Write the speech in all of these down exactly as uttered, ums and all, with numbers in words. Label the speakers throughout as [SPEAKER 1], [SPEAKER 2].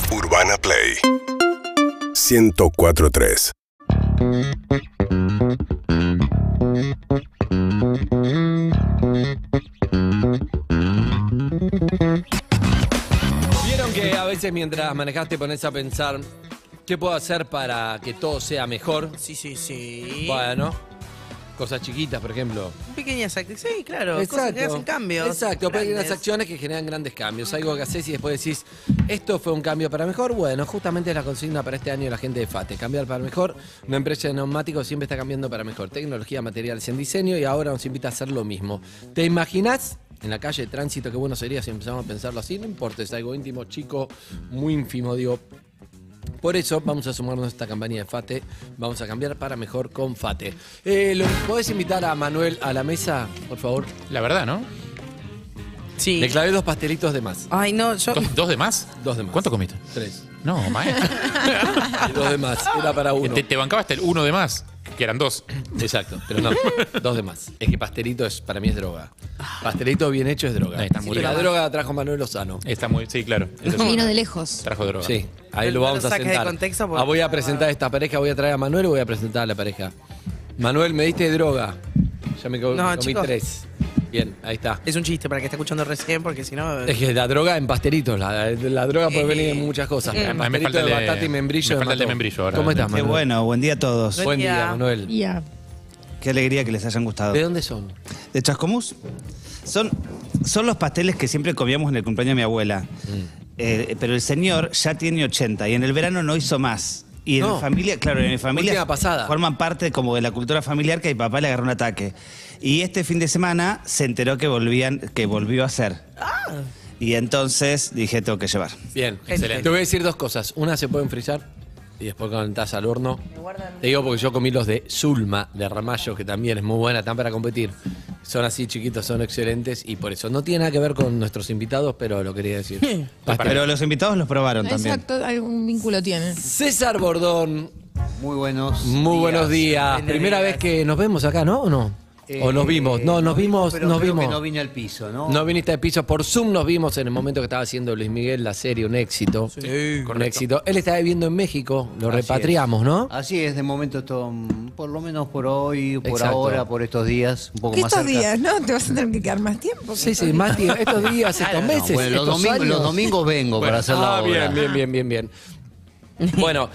[SPEAKER 1] Urbana Play ciento cuatro punto tres.
[SPEAKER 2] ¿Vieron que a veces mientras manejás te pones a pensar qué puedo hacer para que todo sea mejor?
[SPEAKER 3] Sí, sí, sí.
[SPEAKER 2] Bueno, cosas chiquitas, por ejemplo.
[SPEAKER 3] Pequeñas acciones, sí, claro. Cosas que hacen cambios.
[SPEAKER 2] Exacto,
[SPEAKER 3] grandes.
[SPEAKER 2] pequeñas acciones que generan grandes cambios. Algo que haces y después decís, esto fue un cambio para mejor. Bueno, justamente es la consigna para este año de la gente de FATE. Cambiar para mejor. Una empresa de neumáticos siempre está cambiando para mejor. Tecnología, materiales en diseño y ahora nos invita a hacer lo mismo. ¿Te imaginás en la calle de tránsito qué bueno sería si empezamos a pensarlo así? No importa, es algo íntimo, chico, muy ínfimo, digo. Por eso vamos a sumarnos a esta campaña de FATE. Vamos a cambiar para mejor con FATE. Eh, ¿lo, ¿Podés invitar a Manuel a la mesa, por favor?
[SPEAKER 4] La verdad, ¿no?
[SPEAKER 3] Sí.
[SPEAKER 2] Le clavé dos pastelitos de más.
[SPEAKER 3] Ay, no, yo.
[SPEAKER 4] ¿Dos, dos de más?
[SPEAKER 2] Dos de más.
[SPEAKER 4] ¿Cuánto comiste?
[SPEAKER 2] Tres.
[SPEAKER 4] No, maestro.
[SPEAKER 2] Y dos de más. Era para uno.
[SPEAKER 4] Te, te bancaba hasta el uno de más, que eran dos.
[SPEAKER 2] Exacto, pero no. Dos de más. Es que pastelito es, para mí es droga. Pastelito bien hecho es droga.
[SPEAKER 4] Ahí está muy
[SPEAKER 2] Y la
[SPEAKER 4] rico.
[SPEAKER 2] droga la trajo Manuel Lozano.
[SPEAKER 4] Está muy, sí, claro. Eso sí.
[SPEAKER 5] Vino de lejos.
[SPEAKER 4] Trajo droga.
[SPEAKER 2] Sí, ahí
[SPEAKER 3] No
[SPEAKER 2] lo
[SPEAKER 3] lo
[SPEAKER 2] vamos a
[SPEAKER 3] saques de
[SPEAKER 2] sentar.
[SPEAKER 3] contexto porque-
[SPEAKER 2] Ah, voy a presentar a esta pareja, voy a traer a Manuel o voy a presentar a la pareja. Manuel, me diste droga. Ya me co-
[SPEAKER 3] No,
[SPEAKER 2] comí
[SPEAKER 3] chicos.
[SPEAKER 2] tres. Bien, ahí está.
[SPEAKER 3] Es un chiste para el que está escuchando recién, porque si no.
[SPEAKER 2] Es que la droga en pastelitos, la, la droga puede
[SPEAKER 3] Eh,
[SPEAKER 2] venir en muchas cosas.
[SPEAKER 3] eh,
[SPEAKER 2] En
[SPEAKER 4] a mí me
[SPEAKER 2] pastelito
[SPEAKER 4] falta el
[SPEAKER 2] de
[SPEAKER 4] de-
[SPEAKER 2] batata y membrillo.
[SPEAKER 4] me
[SPEAKER 2] me
[SPEAKER 4] falta el de
[SPEAKER 2] mató.
[SPEAKER 4] membrillo ahora.
[SPEAKER 2] ¿Cómo estás,
[SPEAKER 4] Qué
[SPEAKER 6] Qué
[SPEAKER 2] Manuel?
[SPEAKER 6] bueno, buen día a todos.
[SPEAKER 3] Buen
[SPEAKER 2] Buen día,
[SPEAKER 3] día.
[SPEAKER 2] Manuel.
[SPEAKER 5] Ya.
[SPEAKER 6] Qué alegría que les hayan gustado.
[SPEAKER 2] ¿De dónde son?
[SPEAKER 6] ¿De Chascomús? Son, son los pasteles que siempre comíamos en el cumpleaños de mi abuela. Eh, pero el señor ya tiene ochenta y en el verano no hizo más. Y en
[SPEAKER 2] No.
[SPEAKER 6] mi familia, claro, en mi familia
[SPEAKER 2] Última pasada.
[SPEAKER 6] forman parte como de la cultura familiar que a mi papá le agarró un ataque. Y este fin de semana se enteró que volvían, que volvió a hacer. Y entonces dije, tengo que llevar.
[SPEAKER 2] Bien,
[SPEAKER 3] Excelente.
[SPEAKER 2] Te voy a decir dos cosas. Una, se pueden frizar y después calentás al horno. Te digo porque yo comí los de Zulma, de Ramallo, que también es muy buena, están para competir. Son así chiquitos, son excelentes y por eso no tiene nada que ver con nuestros invitados, pero lo quería decir. Pastel.
[SPEAKER 6] Pero los invitados los probaron también.
[SPEAKER 5] Exacto, algún vínculo tiene.
[SPEAKER 2] César Bordón,
[SPEAKER 7] Muy buenos
[SPEAKER 2] muy
[SPEAKER 7] días.
[SPEAKER 2] buenos días.
[SPEAKER 3] Buenos
[SPEAKER 2] Primera
[SPEAKER 3] días.
[SPEAKER 2] vez que nos vemos acá, ¿no? ¿O no? ¿O nos vimos? No, nos vimos,
[SPEAKER 7] pero
[SPEAKER 2] nos
[SPEAKER 7] creo
[SPEAKER 2] vimos.
[SPEAKER 7] que no vine al piso, ¿no?
[SPEAKER 2] No viniste de piso, por Zoom nos vimos en el momento que estaba haciendo Luis Miguel la serie, un éxito.
[SPEAKER 3] Sí,
[SPEAKER 2] un
[SPEAKER 3] correcto.
[SPEAKER 2] éxito. Él está viviendo en México, lo
[SPEAKER 7] Así
[SPEAKER 2] repatriamos,
[SPEAKER 7] es.
[SPEAKER 2] ¿no?
[SPEAKER 7] Así es, de momento, esto, mm, por lo menos por hoy, por
[SPEAKER 2] Exacto.
[SPEAKER 7] ahora, por estos días, un poco
[SPEAKER 5] ¿Qué
[SPEAKER 7] más
[SPEAKER 5] estos
[SPEAKER 7] cerca.
[SPEAKER 5] días, no? Te vas a tener que quedar más tiempo.
[SPEAKER 2] Sí, sí, más tiempo. Estos días, estos
[SPEAKER 7] No,
[SPEAKER 2] meses,
[SPEAKER 7] bueno, los,
[SPEAKER 2] estos
[SPEAKER 7] domingos,
[SPEAKER 2] años.
[SPEAKER 7] los domingos vengo para hacer la
[SPEAKER 2] Ah,
[SPEAKER 7] obra.
[SPEAKER 2] bien, bien, bien, bien, bien. Bueno,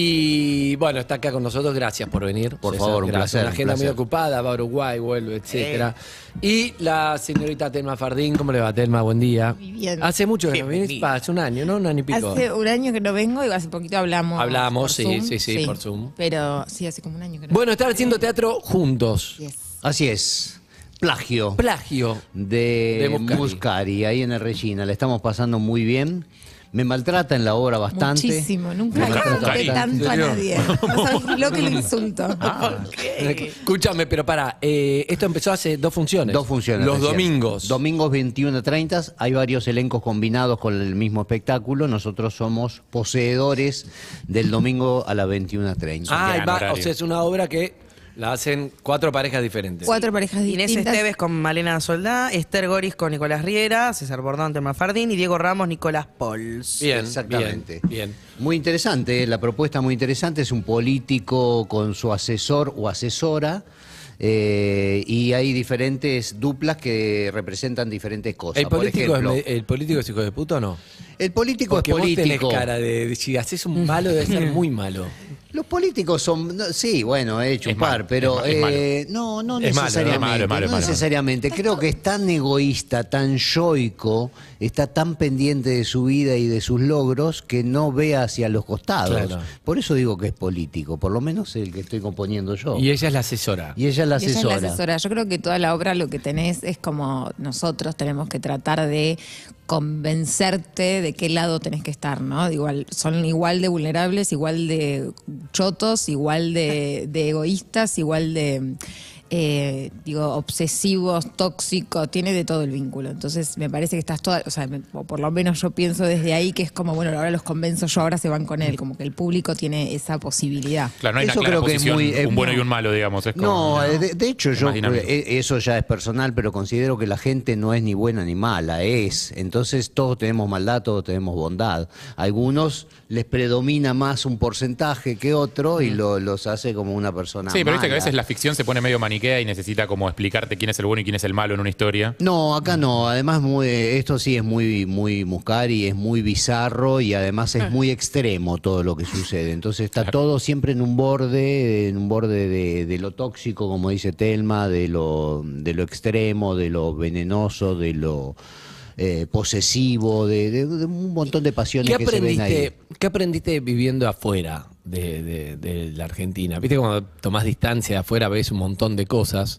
[SPEAKER 2] y bueno, está acá con nosotros, gracias por venir.
[SPEAKER 7] Por
[SPEAKER 2] César,
[SPEAKER 7] favor, un
[SPEAKER 2] gracias.
[SPEAKER 7] placer,
[SPEAKER 2] Una
[SPEAKER 7] un
[SPEAKER 2] agenda muy
[SPEAKER 7] placer.
[SPEAKER 2] ocupada, va a Uruguay, vuelve, etcétera. Y la señorita Telma Fardín, ¿cómo le va, Telma? Buen día.
[SPEAKER 5] Muy bien.
[SPEAKER 2] Hace mucho que no viniste,
[SPEAKER 3] Bienvenida.
[SPEAKER 2] pa, hace un año, ¿no? Un año y pico.
[SPEAKER 5] Hace un año que no vengo y hace poquito hablamos.
[SPEAKER 2] Hablamos,
[SPEAKER 5] por
[SPEAKER 2] sí,
[SPEAKER 5] Zoom.
[SPEAKER 2] sí, sí, por Zoom.
[SPEAKER 5] Pero sí, hace como un año que no.
[SPEAKER 2] Bueno, están haciendo teatro juntos.
[SPEAKER 5] Yes.
[SPEAKER 7] Así es. Plagio
[SPEAKER 2] Plagio.
[SPEAKER 7] de,
[SPEAKER 2] De Muscari.
[SPEAKER 7] Muscari, ahí en el Regina. Le estamos pasando muy bien. Me maltrata en la obra bastante.
[SPEAKER 5] Muchísimo, nunca
[SPEAKER 7] Me
[SPEAKER 5] le
[SPEAKER 7] maltrata
[SPEAKER 5] insulté
[SPEAKER 7] bastante.
[SPEAKER 5] tanto a
[SPEAKER 2] ¿En serio?
[SPEAKER 5] nadie. No sabes lo que lo insulto.
[SPEAKER 2] Escúchame, pero para, eh, esto empezó hace dos funciones.
[SPEAKER 7] Dos funciones.
[SPEAKER 2] Los
[SPEAKER 7] recién.
[SPEAKER 2] domingos.
[SPEAKER 7] Domingos veintiuno a treinta. Hay varios elencos combinados con el mismo espectáculo. Nosotros somos poseedores del domingo a las veintiuna a treinta.
[SPEAKER 2] Ah,
[SPEAKER 4] Gran
[SPEAKER 2] va,
[SPEAKER 4] horario.
[SPEAKER 2] o sea, es una obra que la hacen cuatro parejas diferentes.
[SPEAKER 5] Cuatro parejas
[SPEAKER 3] Inés
[SPEAKER 5] distintas.
[SPEAKER 3] Esteves con Malena Soldá, Esther Goris con Nicolás Riera, César Bordón, Telma Fardín y Diego Ramos, Nicolás Pols.
[SPEAKER 2] Bien,
[SPEAKER 7] Exactamente.
[SPEAKER 2] bien, bien.
[SPEAKER 7] Muy interesante, eh, la propuesta muy interesante. Es un político con su asesor o asesora. eh, y hay diferentes duplas que representan diferentes cosas.
[SPEAKER 2] ¿El
[SPEAKER 7] Por
[SPEAKER 2] político,
[SPEAKER 7] ejemplo,
[SPEAKER 2] es, me- ¿El político es hijo de puta o no?
[SPEAKER 7] el político
[SPEAKER 2] Porque
[SPEAKER 7] es
[SPEAKER 2] vos tenés
[SPEAKER 7] político.
[SPEAKER 2] cara de, de- si haces un malo debe ser muy malo.
[SPEAKER 7] Los políticos son, no, sí, bueno, he hecho
[SPEAKER 4] Es
[SPEAKER 7] un par,
[SPEAKER 4] malo,
[SPEAKER 7] pero
[SPEAKER 4] es ma- es
[SPEAKER 7] eh, no, no
[SPEAKER 2] Es malo,
[SPEAKER 7] necesariamente,
[SPEAKER 4] es malo, es malo, es
[SPEAKER 7] no
[SPEAKER 4] malo.
[SPEAKER 7] necesariamente. Creo que es tan egoísta, tan yoico, está tan pendiente de su vida y de sus logros que no ve hacia los costados.
[SPEAKER 2] Claro.
[SPEAKER 7] Por eso digo que es político, por lo menos el que estoy componiendo yo.
[SPEAKER 2] Y ella es la asesora.
[SPEAKER 7] Y ella es la
[SPEAKER 5] Y ella es
[SPEAKER 7] asesora.
[SPEAKER 5] la asesora. Yo creo que toda la obra lo que tenés es como nosotros tenemos que tratar de convencerte de qué lado tenés que estar, ¿no? Igual, son igual de vulnerables, igual de chotos, igual de, de egoístas, igual de eh, digo, obsesivos, tóxicos, tiene de todo el vínculo. Entonces me parece que estás toda, o sea, me, o por lo menos yo pienso desde ahí que es como, bueno, ahora los convenzo yo, ahora se van con él, como que el público tiene esa posibilidad.
[SPEAKER 4] Claro, no hay
[SPEAKER 7] Eso
[SPEAKER 4] una clara
[SPEAKER 7] creo que es
[SPEAKER 4] posición,
[SPEAKER 7] muy- es
[SPEAKER 4] un bueno
[SPEAKER 7] muy-
[SPEAKER 4] y un malo, digamos. Es como,
[SPEAKER 7] No, eh, de, de hecho
[SPEAKER 4] es
[SPEAKER 7] yo
[SPEAKER 4] más dinámico.
[SPEAKER 7] eh, eso ya es personal, pero considero que la gente no es ni buena ni mala, es. Entonces todos tenemos maldad, todos tenemos bondad. A algunos les predomina más un porcentaje que otro y lo- los hace como una persona
[SPEAKER 4] Sí, pero viste que a
[SPEAKER 7] mala.
[SPEAKER 4] veces la ficción se pone medio maniquea y necesita como explicarte quién es el bueno y quién es el malo en una historia.
[SPEAKER 7] No, acá no. Además, muy, esto sí es muy, muy Muscari, es muy bizarro y además es muy extremo todo lo que sucede. Entonces está todo siempre en un borde, en un borde de, de lo tóxico, como dice Telma, de lo, de lo extremo, de lo venenoso, de lo eh, posesivo, de, de- de un montón de pasiones
[SPEAKER 2] ¿Qué
[SPEAKER 7] que se ven ahí.
[SPEAKER 2] aprendiste, ¿Qué aprendiste viviendo afuera de, de- de la Argentina? Viste cuando tomás distancia de afuera ves un montón de cosas.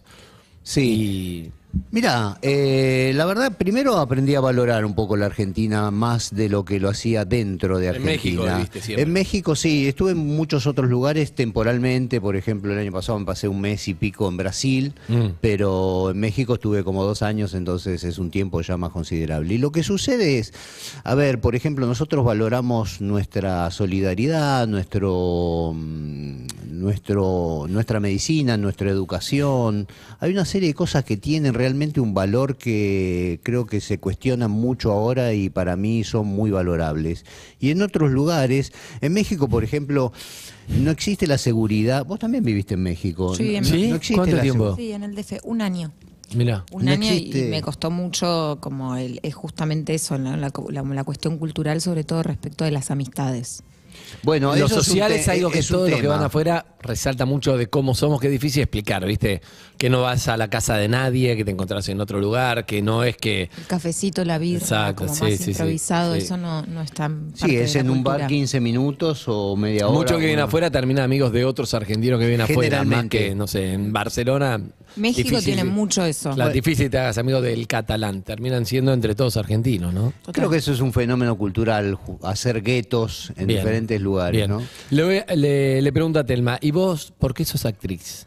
[SPEAKER 7] Sí. Mira, eh, la verdad, primero aprendí a valorar un poco la Argentina más de lo que lo hacía dentro de
[SPEAKER 2] En México
[SPEAKER 7] Argentina.
[SPEAKER 2] viviste siempre.
[SPEAKER 7] En México sí, estuve en muchos otros lugares temporalmente, por ejemplo, el año pasado me pasé un mes y pico en Brasil,
[SPEAKER 2] Mm.
[SPEAKER 7] pero en México estuve como dos años, entonces es un tiempo ya más considerable. Y lo que sucede es, a ver, por ejemplo, nosotros valoramos nuestra solidaridad, nuestro, mm, nuestro, nuestra medicina, nuestra educación. Hay una serie de cosas que tienen realmente un valor que creo que se cuestionan mucho ahora y para mí son muy valorables. Y en otros lugares, en México, por ejemplo, no existe la seguridad. Vos también viviste en México.
[SPEAKER 5] Sí, en
[SPEAKER 7] no,
[SPEAKER 2] ¿Sí?
[SPEAKER 7] no existe
[SPEAKER 2] ¿Cuánto
[SPEAKER 7] la
[SPEAKER 2] tiempo?
[SPEAKER 7] segu-
[SPEAKER 5] Sí, en el D F, un año.
[SPEAKER 2] Mirá.
[SPEAKER 5] Un
[SPEAKER 7] No
[SPEAKER 5] año
[SPEAKER 7] existe-
[SPEAKER 5] y me costó mucho como el, es justamente eso, ¿no? la, la- la cuestión cultural, sobre todo respecto de las amistades.
[SPEAKER 7] Bueno,
[SPEAKER 2] Lo
[SPEAKER 7] eso
[SPEAKER 2] social
[SPEAKER 7] es,
[SPEAKER 2] es,
[SPEAKER 7] un te-
[SPEAKER 2] algo que
[SPEAKER 7] es un
[SPEAKER 2] todos los que
[SPEAKER 7] tema.
[SPEAKER 2] van afuera resalta mucho de cómo somos, que es difícil explicar, ¿viste? Que no vas a la casa de nadie, que te encontrás en otro lugar, que no es que...
[SPEAKER 5] El cafecito, la birra,
[SPEAKER 2] Exacto,
[SPEAKER 5] como
[SPEAKER 2] sí,
[SPEAKER 5] más
[SPEAKER 2] sí, sí,
[SPEAKER 5] improvisado,
[SPEAKER 2] sí.
[SPEAKER 5] eso no, no es tan
[SPEAKER 7] Sí,
[SPEAKER 5] parte
[SPEAKER 7] es
[SPEAKER 5] de la
[SPEAKER 7] en un
[SPEAKER 5] cultura.
[SPEAKER 7] bar quince minutos o media hora.
[SPEAKER 2] Muchos que vienen
[SPEAKER 7] bueno.
[SPEAKER 2] afuera terminan amigos de otros argentinos que vienen afuera, más
[SPEAKER 7] Generalmente.
[SPEAKER 2] que, no sé, en Barcelona.
[SPEAKER 5] México
[SPEAKER 2] difícil-
[SPEAKER 5] tiene mucho eso.
[SPEAKER 2] Claro, difícil que te hagas amigos del catalán, terminan siendo entre todos argentinos, ¿no?
[SPEAKER 5] Total.
[SPEAKER 7] Creo que eso es un fenómeno cultural, ju- hacer guetos en
[SPEAKER 2] Bien,
[SPEAKER 7] diferentes lugares,
[SPEAKER 2] bien.
[SPEAKER 7] ¿no?
[SPEAKER 2] Le, voy a- le, le pregunto a Telma, ¿y vos por qué sos actriz?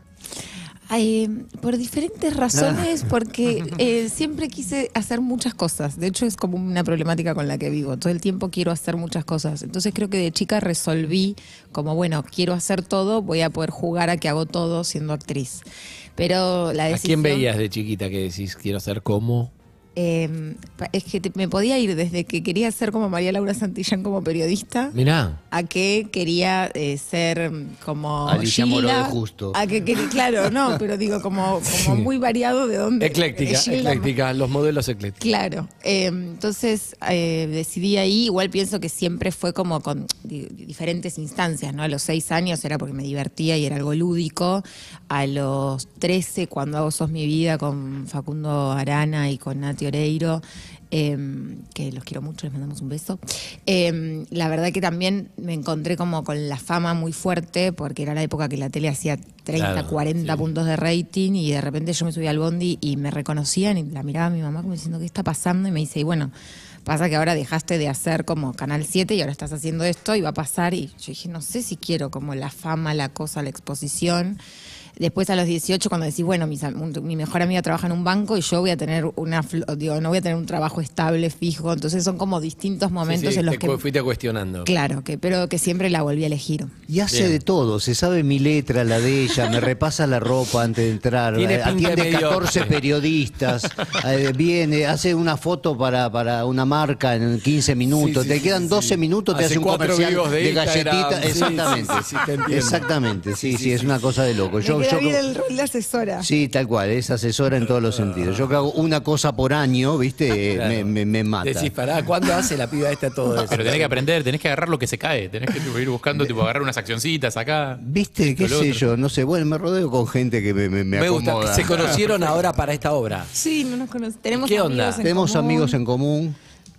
[SPEAKER 5] Ay, por diferentes razones, porque eh, siempre quise hacer muchas cosas. De hecho, es como una problemática con la que vivo. Todo el tiempo quiero hacer muchas cosas. Entonces creo que de chica resolví como, bueno, quiero hacer todo, voy a poder jugar a que hago todo siendo actriz. Pero la
[SPEAKER 2] ¿A
[SPEAKER 5] decisión...
[SPEAKER 2] quién veías de chiquita que decís quiero ser como?
[SPEAKER 5] Eh, es que te- me podía ir desde que quería ser como María Laura Santillán como periodista,
[SPEAKER 2] Mirá.
[SPEAKER 5] a que quería eh, ser como
[SPEAKER 7] Alicia
[SPEAKER 5] Gilda,
[SPEAKER 7] Moró de Justo.
[SPEAKER 5] a que quería, claro, no, pero digo como, como muy variado de dónde.
[SPEAKER 2] Ecléctica,
[SPEAKER 5] de Gilda,
[SPEAKER 2] ecléctica, los modelos eclécticos.
[SPEAKER 5] Claro, eh, entonces eh, decidí ahí, igual pienso que siempre fue como con di- diferentes instancias, ¿no? A los seis años era porque me divertía y era algo lúdico, a los trece cuando hago Sos mi vida con Facundo Arana y con Nati Oreiro, eh, que los quiero mucho, les mandamos un beso. Eh, la verdad que también me encontré como con la fama muy fuerte, porque era la época que la tele hacía treinta,
[SPEAKER 2] Claro,
[SPEAKER 5] cuarenta
[SPEAKER 2] sí.
[SPEAKER 5] puntos de rating y de repente yo me subí al bondi y me reconocían y la miraba a mi mamá como diciendo, ¿qué está pasando? Y me dice, y bueno, pasa que ahora dejaste de hacer como Canal siete y ahora estás haciendo esto y va a pasar. Y yo dije, no sé si quiero como la fama, la cosa, la exposición. Después a los dieciocho cuando decís, bueno, mis am- un- mi mejor amiga trabaja en un banco y yo voy a tener una, fl- digo, no voy a tener un trabajo estable, fijo. Entonces son como distintos momentos
[SPEAKER 2] Sí, sí,
[SPEAKER 5] en los
[SPEAKER 2] te
[SPEAKER 5] que...
[SPEAKER 2] cu- fuiste cuestionando.
[SPEAKER 5] Claro, que, pero que siempre la volví a elegir.
[SPEAKER 7] Y hace
[SPEAKER 2] Bien.
[SPEAKER 7] de todo, se sabe mi letra, la de ella, me repasa la ropa antes de entrar,
[SPEAKER 2] Tiene
[SPEAKER 7] eh,
[SPEAKER 2] pinta de
[SPEAKER 7] atiende
[SPEAKER 2] mediocre.
[SPEAKER 7] catorce periodistas, eh, viene, hace una foto para, para una marca en quince minutos,
[SPEAKER 2] Sí, sí,
[SPEAKER 7] te
[SPEAKER 2] sí,
[SPEAKER 7] quedan
[SPEAKER 2] sí.
[SPEAKER 7] doce minutos, te
[SPEAKER 2] Hace
[SPEAKER 7] hace un
[SPEAKER 2] cuatro
[SPEAKER 7] comercial
[SPEAKER 2] vivos de
[SPEAKER 7] de,
[SPEAKER 2] Instagram.
[SPEAKER 7] galletita,
[SPEAKER 2] Sí,
[SPEAKER 7] exactamente,
[SPEAKER 2] sí, sí, sí, te entiendo.
[SPEAKER 7] exactamente, sí, sí, es una cosa de loco. Yo,
[SPEAKER 5] me queda
[SPEAKER 7] yo-
[SPEAKER 5] bien el rol de asesora.
[SPEAKER 7] Sí, tal cual, es asesora en todos los sentidos. Yo que hago una cosa por año, ¿viste?
[SPEAKER 2] Claro.
[SPEAKER 7] Me, me- me mata.
[SPEAKER 2] Decís, pará, ¿cuándo hace la piba esta todo eso?
[SPEAKER 4] Pero tenés que aprender, tenés que agarrar lo que se cae, tenés que tipo, ir buscando, tipo, agarrar unas accioncitas acá.
[SPEAKER 7] ¿Viste? ¿Qué
[SPEAKER 4] Esto, lo
[SPEAKER 7] sé
[SPEAKER 4] otro.
[SPEAKER 7] yo? No sé, bueno, me rodeo con gente que me, me, me
[SPEAKER 2] Me gusta.
[SPEAKER 7] acomoda.
[SPEAKER 2] Se conocieron ahora para esta obra.
[SPEAKER 5] Sí, no nos conocemos. Tenemos
[SPEAKER 2] ¿Qué
[SPEAKER 5] amigos
[SPEAKER 2] onda?
[SPEAKER 5] en
[SPEAKER 7] Tenemos
[SPEAKER 5] común.
[SPEAKER 7] amigos en común.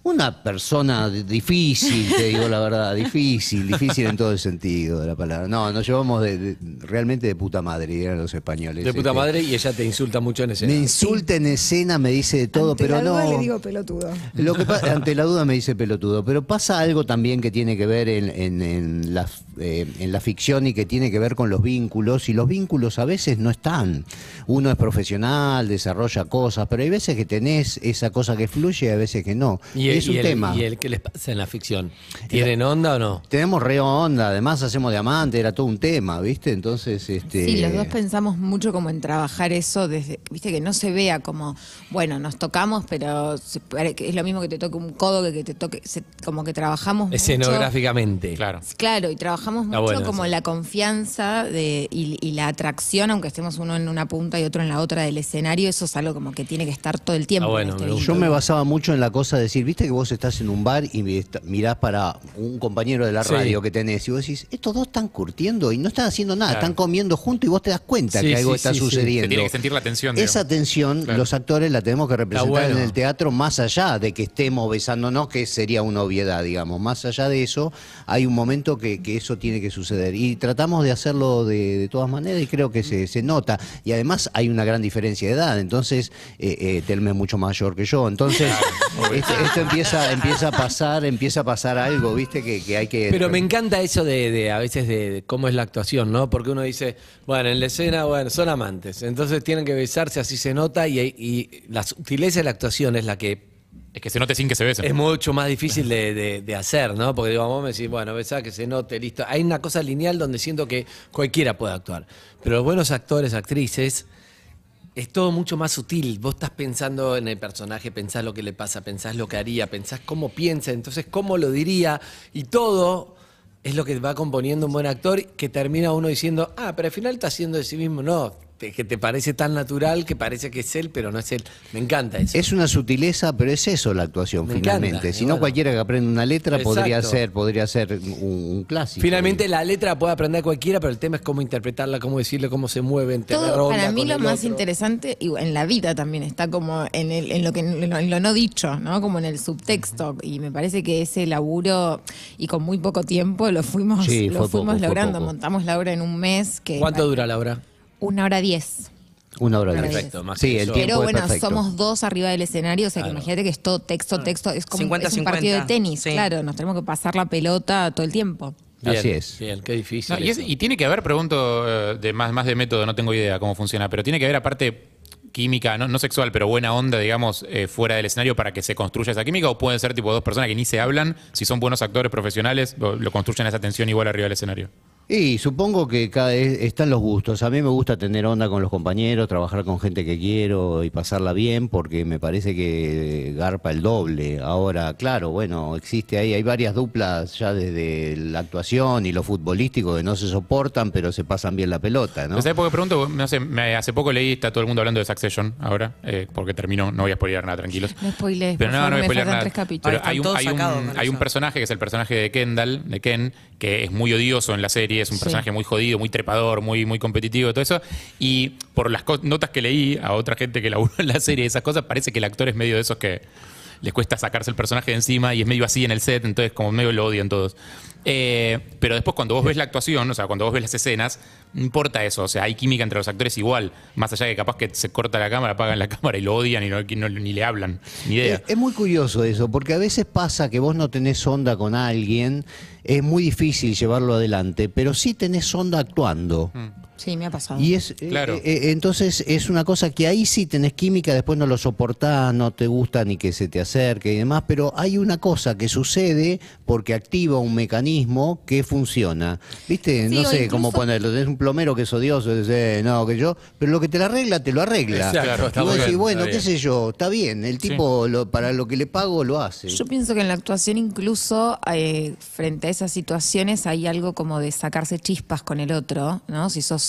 [SPEAKER 7] Una persona d- difícil, te digo la verdad, difícil, difícil en todo el sentido de la palabra. No, nos llevamos de, de- realmente de puta madre, dirían los españoles.
[SPEAKER 2] De puta
[SPEAKER 7] Este,
[SPEAKER 2] madre y ella te insulta mucho en escena.
[SPEAKER 7] Me insulta en escena, me dice de todo,
[SPEAKER 5] Ante
[SPEAKER 7] pero
[SPEAKER 5] la duda
[SPEAKER 7] no.
[SPEAKER 5] le digo pelotudo.
[SPEAKER 7] Lo que pa- ante la duda me dice pelotudo, pero pasa algo también que tiene que ver en, en- en la, eh, en la ficción y que tiene que ver con los vínculos, y los vínculos a veces no están. Uno es profesional, desarrolla cosas, pero hay veces que tenés esa cosa que fluye y hay veces que no.
[SPEAKER 2] ¿Y el,
[SPEAKER 7] es un
[SPEAKER 2] y el-
[SPEAKER 7] tema.
[SPEAKER 2] ¿Y el qué les pasa en la ficción? ¿Tienen onda o no?
[SPEAKER 7] Tenemos re onda, además hacemos diamante, era todo un tema, ¿viste? Entonces, este...
[SPEAKER 5] Sí, los dos pensamos mucho como en trabajar eso desde, viste, que no se vea como, bueno, nos tocamos, pero se- que es lo mismo que te toque un codo que que te toque, se- como que trabajamos mucho.
[SPEAKER 2] Escenográficamente.
[SPEAKER 4] Claro.
[SPEAKER 5] Claro, y trabajamos
[SPEAKER 2] Está
[SPEAKER 5] mucho
[SPEAKER 2] bueno
[SPEAKER 5] como
[SPEAKER 2] eso.
[SPEAKER 5] la confianza de, y, y la atracción, aunque estemos uno en una punta y otro en la otra del escenario, eso es algo como que tiene que estar todo el tiempo.
[SPEAKER 2] Ah,
[SPEAKER 5] en
[SPEAKER 2] bueno,
[SPEAKER 5] este
[SPEAKER 2] me
[SPEAKER 5] vínculo.
[SPEAKER 7] Yo me basaba mucho en la cosa de decir, viste que vos estás en un bar y mi- mirás para un compañero de la
[SPEAKER 2] Sí.
[SPEAKER 7] radio que tenés y vos decís, estos dos están curtiendo y no están haciendo nada,
[SPEAKER 4] Claro.
[SPEAKER 7] están comiendo juntos y vos te das cuenta
[SPEAKER 2] Sí,
[SPEAKER 7] que algo
[SPEAKER 2] sí,
[SPEAKER 7] está
[SPEAKER 2] sí, sí.
[SPEAKER 7] sucediendo.
[SPEAKER 4] Se tiene que sentir la tensión.
[SPEAKER 7] Esa
[SPEAKER 4] digamos.
[SPEAKER 7] tensión,
[SPEAKER 4] Claro.
[SPEAKER 7] los actores la tenemos que representar
[SPEAKER 2] bueno.
[SPEAKER 7] en el teatro más allá de que estemos besándonos, que sería una obviedad, digamos. Más allá de eso, hay un momento que, que eso tiene que suceder. Y tratamos de hacerlo de, de todas maneras y creo que se, se nota. Y además hay una gran diferencia de edad. Entonces, eh, eh, Telma es mucho mayor que yo. Entonces, esto, esto empieza, empieza a pasar, empieza a pasar algo, ¿viste? Que, que hay que...
[SPEAKER 2] Pero me encanta eso de, de a veces de, de cómo es la actuación, ¿no? Porque uno dice, bueno, en la escena, bueno, son amantes, entonces tienen que besarse, así se nota, y, y la sutileza de la actuación es la que
[SPEAKER 4] Es que se note sin que se besen.
[SPEAKER 2] es mucho más difícil de, de- de hacer, ¿no? Porque digo, vos me decís, bueno, besá, que se note, listo. Hay una cosa lineal donde siento que cualquiera puede actuar. Pero los buenos actores, actrices, es todo mucho más sutil. Vos estás pensando en el personaje, pensás lo que le pasa, pensás lo que haría, pensás cómo piensa, entonces cómo lo diría, y todo es lo que va componiendo un buen actor, que termina uno diciendo, ah, pero al final está haciendo de sí mismo. No, te- que te parece tan natural que parece que es él, pero no es él. Me encanta eso.
[SPEAKER 7] Es una sutileza, pero es eso la actuación,
[SPEAKER 2] Me
[SPEAKER 7] finalmente.
[SPEAKER 2] encanta,
[SPEAKER 7] Si
[SPEAKER 2] y
[SPEAKER 7] no,
[SPEAKER 2] bueno.
[SPEAKER 7] cualquiera que aprenda una letra podría
[SPEAKER 2] Exacto.
[SPEAKER 7] ser, podría ser un, un clásico.
[SPEAKER 2] Finalmente la letra puede aprender cualquiera, pero el tema es cómo interpretarla, cómo decirle, cómo se mueven. tener
[SPEAKER 5] Todo,
[SPEAKER 2] onda
[SPEAKER 5] para mí
[SPEAKER 2] con
[SPEAKER 5] lo
[SPEAKER 2] el
[SPEAKER 5] más
[SPEAKER 2] otro.
[SPEAKER 5] interesante, y en la vida también, está como en, el, en, lo que, en, lo, en lo no dicho, ¿no? Como en el subtexto. Y me parece que ese laburo, y con muy poco tiempo, lo fuimos,
[SPEAKER 7] Sí,
[SPEAKER 5] lo
[SPEAKER 7] fue
[SPEAKER 5] fuimos
[SPEAKER 7] poco, fue
[SPEAKER 5] logrando.
[SPEAKER 7] poco.
[SPEAKER 5] Montamos la obra en un mes. Que
[SPEAKER 2] ¿Cuánto dura la obra?
[SPEAKER 5] Una hora diez.
[SPEAKER 7] Una hora de
[SPEAKER 2] Perfecto, más
[SPEAKER 7] Sí,
[SPEAKER 2] que
[SPEAKER 7] el
[SPEAKER 2] eso.
[SPEAKER 7] tiempo
[SPEAKER 5] Pero
[SPEAKER 7] es
[SPEAKER 5] bueno,
[SPEAKER 7] perfecto.
[SPEAKER 5] somos dos arriba del escenario, o sea que
[SPEAKER 2] Claro.
[SPEAKER 5] imagínate que es todo texto, texto, es como
[SPEAKER 3] cincuenta
[SPEAKER 5] es un
[SPEAKER 3] cincuenta.
[SPEAKER 5] partido de tenis,
[SPEAKER 3] Sí.
[SPEAKER 5] claro, nos tenemos que pasar la pelota todo el tiempo.
[SPEAKER 2] Bien,
[SPEAKER 7] Así es.
[SPEAKER 2] Bien, qué difícil.
[SPEAKER 4] No, y, es-
[SPEAKER 2] eso.
[SPEAKER 4] y tiene que haber, pregunto, eh, de más, más de método, no tengo idea cómo funciona, pero tiene que haber aparte química, no, no sexual, pero buena onda, digamos, eh, fuera del escenario para que se construya esa química, o pueden ser tipo dos personas que ni se hablan, si son buenos actores profesionales, lo, lo construyen esa tensión igual arriba del escenario.
[SPEAKER 7] Y supongo que cada vez están los gustos. A mí me gusta tener onda con los compañeros, trabajar con gente que quiero y pasarla bien, porque me parece que garpa el doble. Ahora, claro, bueno, existe ahí, hay varias duplas ya desde la actuación y lo futbolístico que no se soportan, pero se pasan bien la pelota, ¿no?
[SPEAKER 4] ¿Sabes por qué pregunto? No sé, me- hace poco leí, está todo el mundo hablando de Succession ahora, eh, porque terminó, no voy a spoilear nada, tranquilos.
[SPEAKER 5] No spoilees,
[SPEAKER 4] Pero
[SPEAKER 5] por
[SPEAKER 4] no,
[SPEAKER 5] favor,
[SPEAKER 4] no voy a
[SPEAKER 5] me
[SPEAKER 4] spoilear
[SPEAKER 5] faltan
[SPEAKER 4] nada.
[SPEAKER 5] tres capítulos.
[SPEAKER 4] Pero
[SPEAKER 3] Ahí
[SPEAKER 4] hay un,
[SPEAKER 3] están todos
[SPEAKER 4] hay, un,
[SPEAKER 3] sacados con
[SPEAKER 4] hay un
[SPEAKER 3] eso.
[SPEAKER 4] personaje que es el personaje de Kendall, de Ken, que es muy odioso en la serie, es un
[SPEAKER 5] Sí.
[SPEAKER 4] personaje muy jodido, muy trepador, muy, muy competitivo, todo eso. Y por las co- notas que leí a otra gente que laburó en la serie, esas cosas, parece que el actor es medio de esos que les cuesta sacarse el personaje de encima y es medio así en el set, entonces como medio lo odian todos. Eh, pero después cuando vos ves la actuación, o sea, cuando vos ves las escenas, no importa eso, o sea, hay química entre los actores igual, más allá de que capaz que se corta la cámara, apagan la cámara y lo odian y no, no- ni le hablan, ni idea.
[SPEAKER 7] Es, es muy curioso eso, porque a veces pasa que vos no tenés onda con alguien, es muy difícil llevarlo adelante, pero sí tenés onda actuando.
[SPEAKER 5] Sí, me ha pasado.
[SPEAKER 7] Y es,
[SPEAKER 4] Claro.
[SPEAKER 7] eh, eh, entonces es una cosa que ahí sí tenés química, después no lo soportás, no te gusta ni que se te acerque y demás, pero hay una cosa que sucede porque activa un mecanismo que funciona. ¿Viste?
[SPEAKER 5] Sí,
[SPEAKER 7] no
[SPEAKER 5] o
[SPEAKER 7] sé
[SPEAKER 5] incluso-
[SPEAKER 7] cómo ponerlo. Tenés un plomero que es odioso, dice, no, que yo, pero lo que te lo arregla, te lo arregla.
[SPEAKER 2] Exacto, está
[SPEAKER 7] y vos
[SPEAKER 2] muy
[SPEAKER 7] decís,
[SPEAKER 2] bien,
[SPEAKER 7] bueno,
[SPEAKER 2] está
[SPEAKER 7] qué
[SPEAKER 2] bien.
[SPEAKER 7] sé yo, está bien, el tipo lo- para lo que le pago lo hace.
[SPEAKER 5] Yo pienso que en la actuación incluso eh, frente a esas situaciones hay algo como de sacarse chispas con el otro, ¿no? Si sos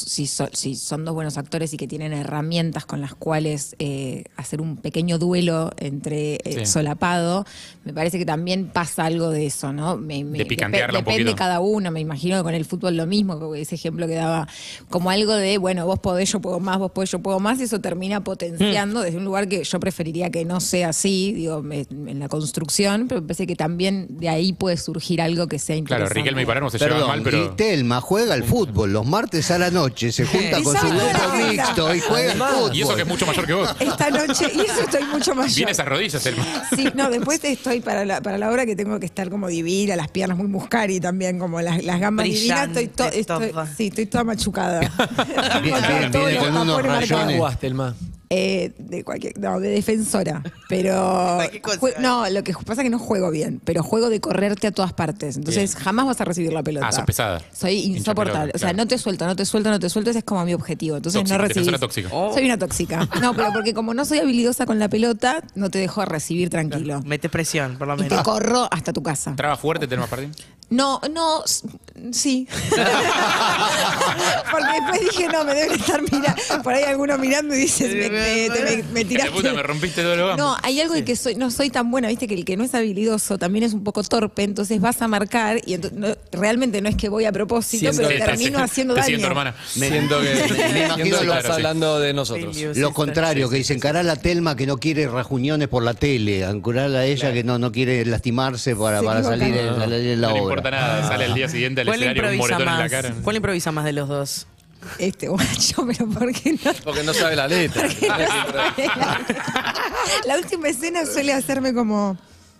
[SPEAKER 5] si, so- si son dos buenos actores y que tienen herramientas con las cuales eh, hacer un pequeño duelo entre eh,
[SPEAKER 4] Sí.
[SPEAKER 5] solapado, me parece que también pasa algo de eso, ¿no? Me- me-
[SPEAKER 4] De picantearla un
[SPEAKER 5] Depende
[SPEAKER 4] poquito.
[SPEAKER 5] cada uno, me imagino que con el fútbol lo mismo, como ese ejemplo que daba, como algo de, bueno, vos podés, yo puedo más, vos podés, yo puedo más, y eso termina potenciando desde un lugar que yo preferiría que no sea así, digo, me- en la construcción, pero me parece que también de ahí puede surgir algo que sea
[SPEAKER 4] Claro,
[SPEAKER 5] interesante.
[SPEAKER 4] Riquelme y Palermo se llevan
[SPEAKER 7] Perdón,
[SPEAKER 4] mal, pero...
[SPEAKER 7] y Telma juega al fútbol los martes a la noche, se junta
[SPEAKER 5] Y
[SPEAKER 7] con su
[SPEAKER 5] sabe toda
[SPEAKER 7] grupo
[SPEAKER 5] la vida.
[SPEAKER 7] mixto y juega al fútbol.
[SPEAKER 4] Y eso que es mucho mayor que vos.
[SPEAKER 5] Esta noche, y eso estoy mucho mayor.
[SPEAKER 4] Viene esas rodillas, Telma.
[SPEAKER 5] Sí, no, después estoy para la, para la hora que tengo que estar como divina, las piernas muy muscari también, como las, las gambas divinas. Estoy, to-
[SPEAKER 3] Brillante
[SPEAKER 5] estoy-
[SPEAKER 3] toda.
[SPEAKER 5] sí, estoy toda machucada.
[SPEAKER 7] Bien, bien,
[SPEAKER 5] Todos
[SPEAKER 7] viene
[SPEAKER 5] los
[SPEAKER 7] con unos
[SPEAKER 5] tapones marcados.
[SPEAKER 7] rayones.
[SPEAKER 2] jugaste el más?
[SPEAKER 5] Eh, de cualquier, no, de defensora. Pero.
[SPEAKER 3] Cualquier cosa.
[SPEAKER 5] jue- no, lo que pasa es que no juego bien, pero juego de correrte a todas partes. Entonces jamás vas a recibir la pelota.
[SPEAKER 4] Ah, sos pesada.
[SPEAKER 5] Soy
[SPEAKER 4] Hincha
[SPEAKER 5] insoportable.
[SPEAKER 4] pelota,
[SPEAKER 5] o sea,
[SPEAKER 4] claro.
[SPEAKER 5] no te suelto, no te suelto, no te suelto. Ese es como mi objetivo. Entonces
[SPEAKER 4] Tóxica,
[SPEAKER 5] no recibís.
[SPEAKER 4] defensora tóxica.
[SPEAKER 5] Soy una tóxica. No, pero porque como no soy habilidosa con la pelota, no te dejo recibir tranquilo.
[SPEAKER 3] Mete presión, por lo
[SPEAKER 5] Y te
[SPEAKER 3] menos.
[SPEAKER 5] corro hasta tu casa.
[SPEAKER 4] ¿Traba fuerte, Telma Fardín?
[SPEAKER 5] No, no, s- sí. Porque después dije, no, me deben estar mirando. Por ahí alguno mirando y dices, me, me, te- me- me
[SPEAKER 4] De
[SPEAKER 5] tiraste.
[SPEAKER 4] puta, me rompiste todo lo gamba.
[SPEAKER 5] No, hay algo de que soy, no soy tan buena, viste que el que no es habilidoso también es un poco torpe, entonces vas a marcar y ento- no- realmente no es que voy a propósito,
[SPEAKER 2] Siento
[SPEAKER 5] pero
[SPEAKER 2] que-
[SPEAKER 5] termino
[SPEAKER 4] te,
[SPEAKER 5] haciendo
[SPEAKER 4] te
[SPEAKER 5] daño.
[SPEAKER 4] siento, hermana.
[SPEAKER 2] Siento que,
[SPEAKER 7] me
[SPEAKER 2] siento
[SPEAKER 7] imagino
[SPEAKER 2] que
[SPEAKER 7] lo-
[SPEAKER 2] estás
[SPEAKER 4] claro, sí.
[SPEAKER 2] hablando de nosotros.
[SPEAKER 3] Sí,
[SPEAKER 7] Lo contrario, que dicen, encarar a Telma que no quiere rajuñones por la tele, encarar a ella que no, no quiere lastimarse para,
[SPEAKER 5] Se
[SPEAKER 7] para
[SPEAKER 5] equivocan.
[SPEAKER 7] salir en,
[SPEAKER 4] No,
[SPEAKER 7] salir en la
[SPEAKER 4] no le
[SPEAKER 7] obra.
[SPEAKER 4] importa nada, sale al día siguiente al
[SPEAKER 3] ¿Cuál le
[SPEAKER 4] escenario con un
[SPEAKER 3] improvisa
[SPEAKER 4] moretón en la
[SPEAKER 3] más?
[SPEAKER 4] cara.
[SPEAKER 3] ¿Cuál le improvisa más de los dos?
[SPEAKER 5] Este guacho, pero ¿por qué no?
[SPEAKER 2] Porque no sabe la letra.
[SPEAKER 5] La última escena suele hacerme como.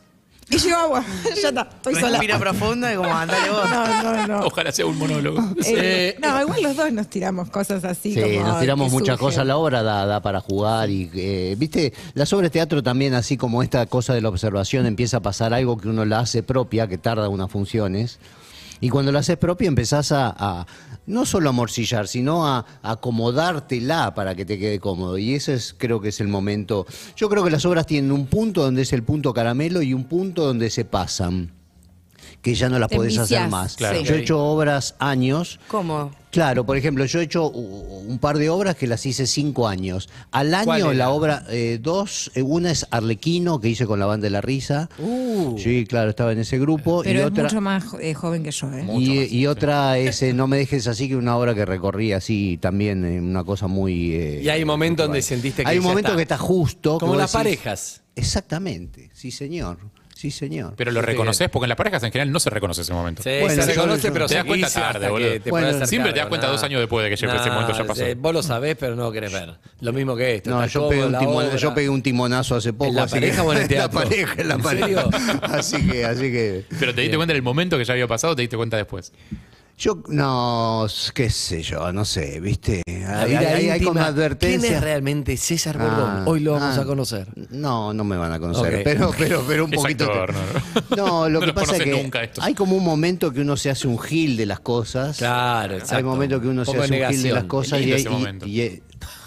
[SPEAKER 5] Y yo agua, ya está, estoy sola.
[SPEAKER 3] Respira profundo y como andale vos.
[SPEAKER 5] No, no, no.
[SPEAKER 4] Ojalá sea un monólogo.
[SPEAKER 5] Eh, no, igual los dos nos tiramos cosas así.
[SPEAKER 7] Sí,
[SPEAKER 5] como
[SPEAKER 7] nos tiramos
[SPEAKER 5] que
[SPEAKER 7] muchas
[SPEAKER 5] surgen.
[SPEAKER 7] cosas. La obra da, da para jugar y, eh, viste, las obras de teatro también, así como esta cosa de la observación, empieza a pasar algo que uno la hace propia, que tarda unas funciones. Y cuando la haces propia empezás a, a no solo a morcillar, sino a, a acomodártela para que te quede cómodo. Y ese es, creo que es el momento. Yo creo que las obras tienen un punto donde es el punto caramelo y un punto donde se pasan, que ya no las
[SPEAKER 5] Te
[SPEAKER 7] podés hacer
[SPEAKER 5] enviciás,
[SPEAKER 7] más.
[SPEAKER 4] Claro.
[SPEAKER 5] sí.
[SPEAKER 7] Yo he hecho obras años.
[SPEAKER 3] ¿Cómo?
[SPEAKER 7] Claro, por ejemplo, yo he hecho u- un par de obras que las hice cinco años. Al
[SPEAKER 2] ¿Cuál
[SPEAKER 7] año
[SPEAKER 2] era?
[SPEAKER 7] la obra, eh, dos, eh, una es Arlequino, que hice con la banda de la risa.
[SPEAKER 2] Uh.
[SPEAKER 7] Sí, claro, estaba en ese grupo.
[SPEAKER 5] Pero
[SPEAKER 7] y
[SPEAKER 5] es
[SPEAKER 7] otra,
[SPEAKER 5] mucho más eh, joven que yo, ¿eh?
[SPEAKER 7] y, y otra es eh, No me dejes así, que una obra que recorrí así también, eh, una cosa muy... eh,
[SPEAKER 2] Y hay momentos donde
[SPEAKER 7] puntual.
[SPEAKER 2] sentiste que
[SPEAKER 7] Hay un
[SPEAKER 2] ya
[SPEAKER 7] momento
[SPEAKER 2] está.
[SPEAKER 7] que está justo. que
[SPEAKER 2] Como
[SPEAKER 7] vos
[SPEAKER 2] las
[SPEAKER 7] decís-
[SPEAKER 2] parejas.
[SPEAKER 7] Exactamente, sí señor, sí señor.
[SPEAKER 4] Pero lo
[SPEAKER 2] Sí,
[SPEAKER 4] reconoces, porque en las parejas en general no se reconoce ese momento.
[SPEAKER 2] Sí,
[SPEAKER 7] Bueno,
[SPEAKER 2] se
[SPEAKER 7] yo-
[SPEAKER 2] reconoce,
[SPEAKER 7] yo-
[SPEAKER 2] pero
[SPEAKER 4] Te das cuenta
[SPEAKER 2] seguís hasta
[SPEAKER 4] tarde,
[SPEAKER 2] que
[SPEAKER 4] boludo.
[SPEAKER 2] te
[SPEAKER 7] Bueno,
[SPEAKER 2] podés hacer
[SPEAKER 4] siempre te das
[SPEAKER 2] cargo,
[SPEAKER 4] cuenta
[SPEAKER 2] nada.
[SPEAKER 4] dos años después de que ya- ese momento ya pasó.
[SPEAKER 2] eh, Vos lo sabés, pero no querés ver. Lo mismo que esto.
[SPEAKER 7] No,
[SPEAKER 2] está
[SPEAKER 7] yo pegué,
[SPEAKER 2] cómodo
[SPEAKER 7] un
[SPEAKER 2] la
[SPEAKER 7] timon-
[SPEAKER 2] obra.
[SPEAKER 7] yo pegué un timonazo hace poco.
[SPEAKER 2] la
[SPEAKER 7] así
[SPEAKER 2] pareja
[SPEAKER 7] que-
[SPEAKER 2] o en el
[SPEAKER 7] la
[SPEAKER 2] teatro?
[SPEAKER 7] pareja, en la
[SPEAKER 2] ¿En
[SPEAKER 7] pareja.
[SPEAKER 2] serio?
[SPEAKER 7] Así que, así que...
[SPEAKER 4] Pero te diste cuenta en el momento que ya había pasado o te diste cuenta después.
[SPEAKER 7] Yo, no, qué sé yo, no sé, ¿viste?
[SPEAKER 2] La
[SPEAKER 7] Hay,
[SPEAKER 2] vida
[SPEAKER 7] hay- hay
[SPEAKER 2] íntima.
[SPEAKER 7] como
[SPEAKER 2] ¿Quién
[SPEAKER 7] advertencia.
[SPEAKER 2] es realmente César
[SPEAKER 7] Ah,
[SPEAKER 2] Bordón? Hoy lo vamos
[SPEAKER 7] ah,
[SPEAKER 2] a conocer.
[SPEAKER 7] No, no me van a conocer,
[SPEAKER 2] Ok.
[SPEAKER 7] pero, pero, pero un
[SPEAKER 4] Es
[SPEAKER 7] poquito.
[SPEAKER 4] actor,
[SPEAKER 7] te-
[SPEAKER 4] no, no.
[SPEAKER 7] No, lo
[SPEAKER 4] No
[SPEAKER 7] que
[SPEAKER 4] los
[SPEAKER 7] pasa es
[SPEAKER 4] conoces
[SPEAKER 7] que
[SPEAKER 4] nunca estos.
[SPEAKER 7] hay como un momento que uno se hace un gil de las cosas.
[SPEAKER 2] Claro, exacto.
[SPEAKER 7] Hay momentos que uno
[SPEAKER 2] Un
[SPEAKER 7] se
[SPEAKER 2] poco
[SPEAKER 7] hace
[SPEAKER 2] de
[SPEAKER 7] un gil de las
[SPEAKER 2] negación.
[SPEAKER 7] cosas
[SPEAKER 4] Es
[SPEAKER 7] y,
[SPEAKER 4] lindo
[SPEAKER 7] y-
[SPEAKER 4] ese momento.
[SPEAKER 7] y- y-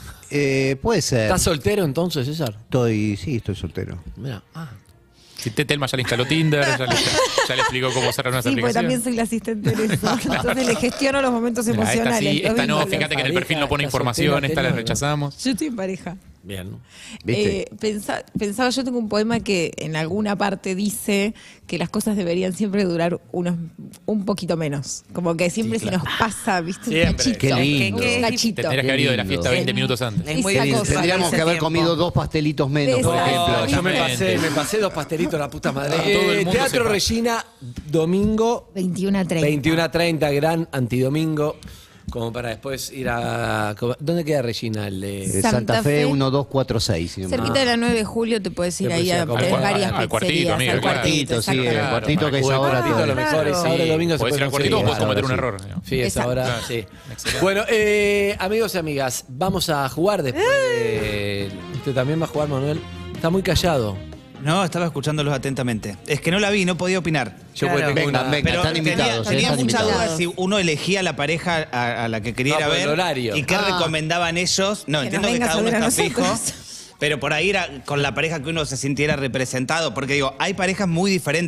[SPEAKER 7] eh, puede ser.
[SPEAKER 2] ¿Estás soltero entonces, César?
[SPEAKER 7] Estoy, sí, estoy soltero.
[SPEAKER 2] Mira. Ah.
[SPEAKER 4] Si te- Telma ya le instaló Tinder, ya le, ya le explicó cómo usar unas
[SPEAKER 5] Sí, porque también
[SPEAKER 4] aplicaciones.
[SPEAKER 5] soy la asistente de eso. Entonces le gestiono los momentos
[SPEAKER 4] Mira, esta
[SPEAKER 5] emocionales.
[SPEAKER 4] sí,
[SPEAKER 5] los
[SPEAKER 4] esta no,
[SPEAKER 5] vínculos.
[SPEAKER 4] fíjate que en el perfil no pone
[SPEAKER 2] Pareja,
[SPEAKER 4] información,
[SPEAKER 2] está
[SPEAKER 4] esta la
[SPEAKER 2] soltera,
[SPEAKER 4] rechazamos.
[SPEAKER 5] Yo estoy en pareja.
[SPEAKER 2] Bien.
[SPEAKER 7] ¿Viste?
[SPEAKER 5] Eh, pensa- pensaba, yo tengo un poema que en alguna parte dice que las cosas deberían siempre durar unos un poquito menos. Como que siempre
[SPEAKER 2] Sí,
[SPEAKER 5] se
[SPEAKER 2] claro.
[SPEAKER 5] nos pasa, ¿viste?
[SPEAKER 2] Siempre.
[SPEAKER 5] Un cachito.
[SPEAKER 7] Qué lindo.
[SPEAKER 5] Un cachito.
[SPEAKER 4] Tendrías que haber ido de la
[SPEAKER 7] Qué
[SPEAKER 4] fiesta
[SPEAKER 7] lindo.
[SPEAKER 4] veinte minutos antes.
[SPEAKER 3] Es muy
[SPEAKER 5] Esa
[SPEAKER 3] cosa,
[SPEAKER 5] cosa.
[SPEAKER 7] Tendríamos
[SPEAKER 3] ese
[SPEAKER 7] que haber
[SPEAKER 3] tiempo.
[SPEAKER 7] comido dos pastelitos menos, por
[SPEAKER 5] Exacto.
[SPEAKER 7] ejemplo.
[SPEAKER 2] No, yo me
[SPEAKER 4] Exactamente.
[SPEAKER 2] pasé, me pasé dos pastelitos, la puta madre.
[SPEAKER 4] Todo el
[SPEAKER 2] Eh,
[SPEAKER 4] mundo
[SPEAKER 2] Teatro
[SPEAKER 4] sepa.
[SPEAKER 2] Regina, domingo
[SPEAKER 5] veintiuno a treinta.
[SPEAKER 2] veintiuno a treinta, gran antidomingo. Como para después ir a. ¿Dónde queda Regina? El de-
[SPEAKER 7] Eh,
[SPEAKER 5] Santa
[SPEAKER 7] Santa
[SPEAKER 5] Fe.
[SPEAKER 7] Fe uno dos cuatro seis. si no me
[SPEAKER 5] Cerquita de la nueve de julio te puedes ir
[SPEAKER 2] Te
[SPEAKER 5] ahí
[SPEAKER 2] puedes ir
[SPEAKER 5] a,
[SPEAKER 2] a comer.
[SPEAKER 5] tenés
[SPEAKER 2] Al cua-
[SPEAKER 5] varias
[SPEAKER 4] al cuartito,
[SPEAKER 5] pizzerías,
[SPEAKER 4] amiga,
[SPEAKER 5] al
[SPEAKER 4] claro.
[SPEAKER 5] cuartito,
[SPEAKER 7] Cuartito, sí, el
[SPEAKER 5] exactamente.
[SPEAKER 7] cuartito que es
[SPEAKER 4] Claro.
[SPEAKER 7] ahora.
[SPEAKER 2] Cuartito, a lo
[SPEAKER 7] todo.
[SPEAKER 2] mejor es
[SPEAKER 3] Claro.
[SPEAKER 2] ahora el domingo se
[SPEAKER 4] Podés ir
[SPEAKER 2] puede
[SPEAKER 4] al cuartito o
[SPEAKER 2] conseguir.
[SPEAKER 4] podés cometer un
[SPEAKER 7] sí.
[SPEAKER 4] error. digamos.
[SPEAKER 2] Sí, es
[SPEAKER 5] Exacto.
[SPEAKER 2] ahora,
[SPEAKER 4] Claro.
[SPEAKER 2] sí.
[SPEAKER 4] Excelente.
[SPEAKER 2] Bueno, eh, amigos y amigas, vamos a jugar después. de- ¿Usted también va a jugar, Manuel? Está muy callado.
[SPEAKER 6] No, estaba escuchándolos atentamente. Es que no la vi, no podía opinar.
[SPEAKER 2] Yo
[SPEAKER 3] Claro.
[SPEAKER 2] pues tengo
[SPEAKER 7] Venga,
[SPEAKER 2] una.
[SPEAKER 7] venga.
[SPEAKER 6] Pero
[SPEAKER 7] están
[SPEAKER 6] tenía,
[SPEAKER 7] invitados, eh,
[SPEAKER 6] tenía
[SPEAKER 7] están
[SPEAKER 6] mucha
[SPEAKER 7] invitados.
[SPEAKER 6] duda si uno elegía la pareja a, a la que quería
[SPEAKER 2] No,
[SPEAKER 6] ir a
[SPEAKER 2] por
[SPEAKER 6] ver
[SPEAKER 2] el horario.
[SPEAKER 6] y qué
[SPEAKER 7] Ah.
[SPEAKER 6] recomendaban ellos. No,
[SPEAKER 5] Que
[SPEAKER 6] entiendo
[SPEAKER 5] nos
[SPEAKER 6] que
[SPEAKER 5] vengas
[SPEAKER 6] cada
[SPEAKER 5] a
[SPEAKER 6] uno
[SPEAKER 5] ver a
[SPEAKER 6] está fijo,
[SPEAKER 5] nosotros.
[SPEAKER 6] pero por ahí era con la pareja que uno se sintiera representado. Porque digo, hay parejas muy diferentes.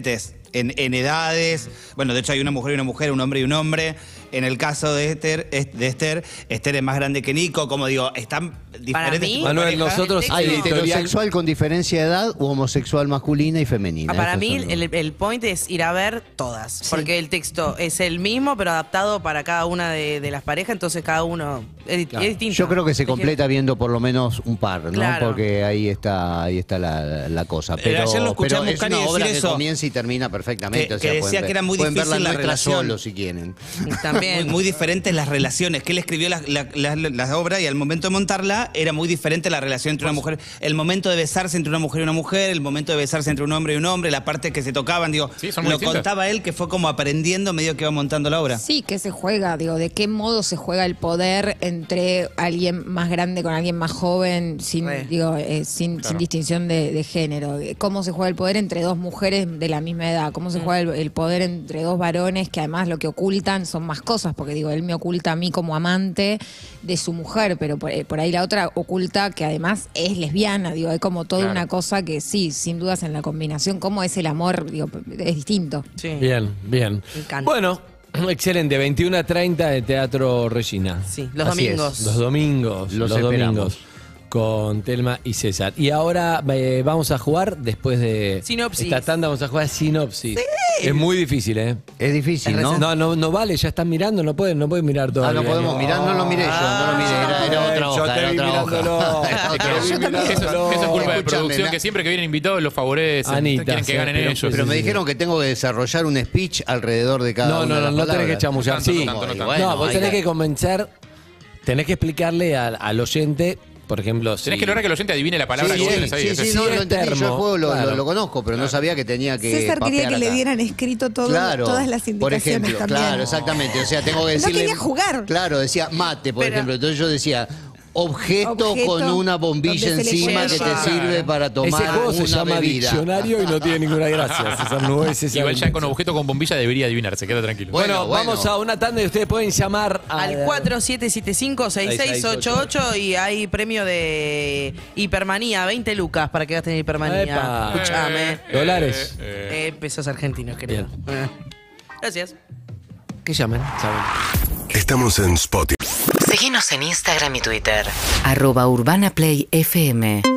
[SPEAKER 6] en, en edades. Bueno, de hecho hay una mujer y una mujer, un hombre y un hombre. En el caso de Esther, de Esther, Esther es más grande que Nico. Como digo, están diferentes.
[SPEAKER 3] mí,
[SPEAKER 6] tipos de
[SPEAKER 2] Manuel,
[SPEAKER 6] pareja.
[SPEAKER 2] nosotros
[SPEAKER 3] texto-
[SPEAKER 7] ¿Hay
[SPEAKER 2] hay editorial.
[SPEAKER 7] heterosexual con diferencia de edad o homosexual masculina y femenina?
[SPEAKER 3] Ah, para
[SPEAKER 7] Esos
[SPEAKER 3] mí
[SPEAKER 7] son los-
[SPEAKER 3] el, el point es ir a ver todas, porque el texto es el mismo, pero adaptado para cada una de, de las parejas, entonces cada uno es,
[SPEAKER 2] Claro.
[SPEAKER 3] es distinto.
[SPEAKER 7] Yo creo que se
[SPEAKER 3] Es que-
[SPEAKER 7] completa viendo por lo menos un par, ¿no?
[SPEAKER 3] Claro.
[SPEAKER 7] Porque ahí está, ahí está la, la cosa.
[SPEAKER 6] Eh,
[SPEAKER 7] Pero,
[SPEAKER 6] ayer lo escuché
[SPEAKER 7] pero
[SPEAKER 6] a
[SPEAKER 7] es
[SPEAKER 6] Muscari
[SPEAKER 7] una
[SPEAKER 6] decir
[SPEAKER 7] obra que
[SPEAKER 6] eso.
[SPEAKER 7] comienza y termina perfectamente.
[SPEAKER 6] Que-
[SPEAKER 7] o sea,
[SPEAKER 6] que
[SPEAKER 7] pueden
[SPEAKER 6] decía
[SPEAKER 7] ver-
[SPEAKER 6] que era muy
[SPEAKER 7] pueden ver
[SPEAKER 6] difícil
[SPEAKER 7] la
[SPEAKER 6] la
[SPEAKER 7] nuestra
[SPEAKER 6] relación.
[SPEAKER 7] solo si quieren.
[SPEAKER 3] También.
[SPEAKER 6] Muy, muy diferentes las relaciones. Que él escribió la, la, la- la obra y al momento de montarla era muy diferente la relación entre una mujer. El momento de besarse entre una mujer y una mujer, el momento de besarse entre un hombre y un hombre, la parte que se tocaban, digo,
[SPEAKER 4] Sí, son muy
[SPEAKER 6] lo
[SPEAKER 4] distintas.
[SPEAKER 6] contaba él que fue como aprendiendo medio que iba montando la obra.
[SPEAKER 5] Sí, que se juega, digo, de qué modo se juega el poder entre alguien más grande con alguien más joven, sin,
[SPEAKER 3] Re.
[SPEAKER 5] digo, eh, sin, sin distinción de, de género. Cómo se juega el poder entre dos mujeres de la misma edad, cómo se juega el, el poder entre dos varones que además lo que ocultan son más cosas, porque digo, él me oculta a mí como amante de su mujer, pero por, eh, por ahí la otra oculta que además es lesbiana, digo, hay como toda
[SPEAKER 4] Claro.
[SPEAKER 5] una cosa que sí, sin dudas en la combinación, cómo es el amor, digo, es distinto.
[SPEAKER 3] Sí.
[SPEAKER 2] Bien, bien.
[SPEAKER 3] Me encanta.
[SPEAKER 2] Bueno, excelente. veintiuno a treinta de Teatro Regina.
[SPEAKER 3] Sí, los
[SPEAKER 7] Así es.
[SPEAKER 3] domingos.
[SPEAKER 2] Los domingos.
[SPEAKER 7] Los
[SPEAKER 2] Los,
[SPEAKER 7] esperamos.
[SPEAKER 2] domingos. Con Telma y César. Y ahora eh, vamos a jugar después de
[SPEAKER 3] Sinopsis.
[SPEAKER 2] esta tanda, vamos a jugar sinopsis. Es muy difícil, ¿eh?
[SPEAKER 7] Es difícil,
[SPEAKER 3] Es
[SPEAKER 7] ¿no?
[SPEAKER 2] No, no, no vale, ya están mirando, no pueden, no pueden mirar todo.
[SPEAKER 7] Ah, no podemos mirar, no lo miré yo, no lo miré, era, era otra
[SPEAKER 2] Yo
[SPEAKER 7] hoja,
[SPEAKER 2] te
[SPEAKER 7] era
[SPEAKER 2] vi
[SPEAKER 7] otra
[SPEAKER 2] mirándolo.
[SPEAKER 7] hoja.
[SPEAKER 2] Yo
[SPEAKER 7] Era
[SPEAKER 2] te
[SPEAKER 7] otra
[SPEAKER 2] vi
[SPEAKER 7] hoja.
[SPEAKER 2] mirándolo.
[SPEAKER 4] Eso, eso es culpa de
[SPEAKER 7] Escúchame,
[SPEAKER 4] producción,
[SPEAKER 7] na-
[SPEAKER 4] que siempre que vienen invitados los favorecen.
[SPEAKER 2] Anita,
[SPEAKER 4] quieren que
[SPEAKER 2] sí,
[SPEAKER 4] ganen
[SPEAKER 2] pero-
[SPEAKER 4] ellos.
[SPEAKER 7] Pero me
[SPEAKER 2] Sí, sí,
[SPEAKER 7] dijeron que tengo que desarrollar un speech alrededor de cada
[SPEAKER 2] No,
[SPEAKER 7] una
[SPEAKER 2] no,
[SPEAKER 7] de
[SPEAKER 2] no,
[SPEAKER 7] las
[SPEAKER 2] no tenés que
[SPEAKER 7] palabras.
[SPEAKER 2] chamullar.
[SPEAKER 4] No tanto,
[SPEAKER 2] Sí,
[SPEAKER 4] no tanto, no tanto.
[SPEAKER 7] Bueno,
[SPEAKER 2] no, vos
[SPEAKER 7] hay
[SPEAKER 2] tenés
[SPEAKER 7] que-
[SPEAKER 2] que convencer, tenés que explicarle al, al oyente, por ejemplo.
[SPEAKER 4] Tenés
[SPEAKER 2] si-
[SPEAKER 4] que lograr que el oyente adivine la palabra
[SPEAKER 7] Sí,
[SPEAKER 4] que vos
[SPEAKER 7] sí,
[SPEAKER 4] tenés ahí.
[SPEAKER 7] sí,
[SPEAKER 4] Eso
[SPEAKER 7] sí,
[SPEAKER 4] es-
[SPEAKER 7] no,
[SPEAKER 2] Sí,
[SPEAKER 7] lo
[SPEAKER 2] es
[SPEAKER 7] entendí, yo el
[SPEAKER 2] termo,
[SPEAKER 7] juego lo,
[SPEAKER 2] claro.
[SPEAKER 7] lo- lo conozco, pero no sabía que tenía que
[SPEAKER 8] César quería
[SPEAKER 7] papear
[SPEAKER 8] que le
[SPEAKER 7] acá.
[SPEAKER 8] dieran escrito todo,
[SPEAKER 7] Claro,
[SPEAKER 8] todas las
[SPEAKER 7] por
[SPEAKER 8] indicaciones
[SPEAKER 7] ejemplo,
[SPEAKER 8] también.
[SPEAKER 7] claro, exactamente. O sea, tengo que
[SPEAKER 8] No
[SPEAKER 7] decirle.
[SPEAKER 8] quería jugar.
[SPEAKER 7] Claro, decía mate, por
[SPEAKER 3] Pero-
[SPEAKER 7] ejemplo. Entonces yo decía objeto,
[SPEAKER 8] Objeto
[SPEAKER 7] con una bombilla
[SPEAKER 8] donde se le
[SPEAKER 7] encima
[SPEAKER 8] pone
[SPEAKER 7] que te
[SPEAKER 3] yerba.
[SPEAKER 7] sirve para tomar
[SPEAKER 2] Ese juego se
[SPEAKER 7] una
[SPEAKER 2] llama
[SPEAKER 7] bebida.
[SPEAKER 2] diccionario y no tiene ninguna gracia. César, no es esa
[SPEAKER 4] Igual ya
[SPEAKER 2] la-
[SPEAKER 4] con objeto con bombilla debería adivinarse, queda tranquilo.
[SPEAKER 2] Bueno,
[SPEAKER 7] Bueno,
[SPEAKER 2] vamos
[SPEAKER 7] bueno.
[SPEAKER 2] a una tanda y ustedes pueden llamar a-
[SPEAKER 3] Al cuatro siete siete cinco seis seis ocho ocho y hay premio de hipermanía, veinte lucas para que gasten en hipermanía.
[SPEAKER 2] Epa.
[SPEAKER 3] Escúchame.
[SPEAKER 2] Dólares.
[SPEAKER 3] Eh, pesos argentinos, querido. Eh. Gracias.
[SPEAKER 2] Que llamen. Saben.
[SPEAKER 1] Estamos en Spotify.
[SPEAKER 9] Síguenos en Instagram y Twitter. Arroba Urbana Play F M.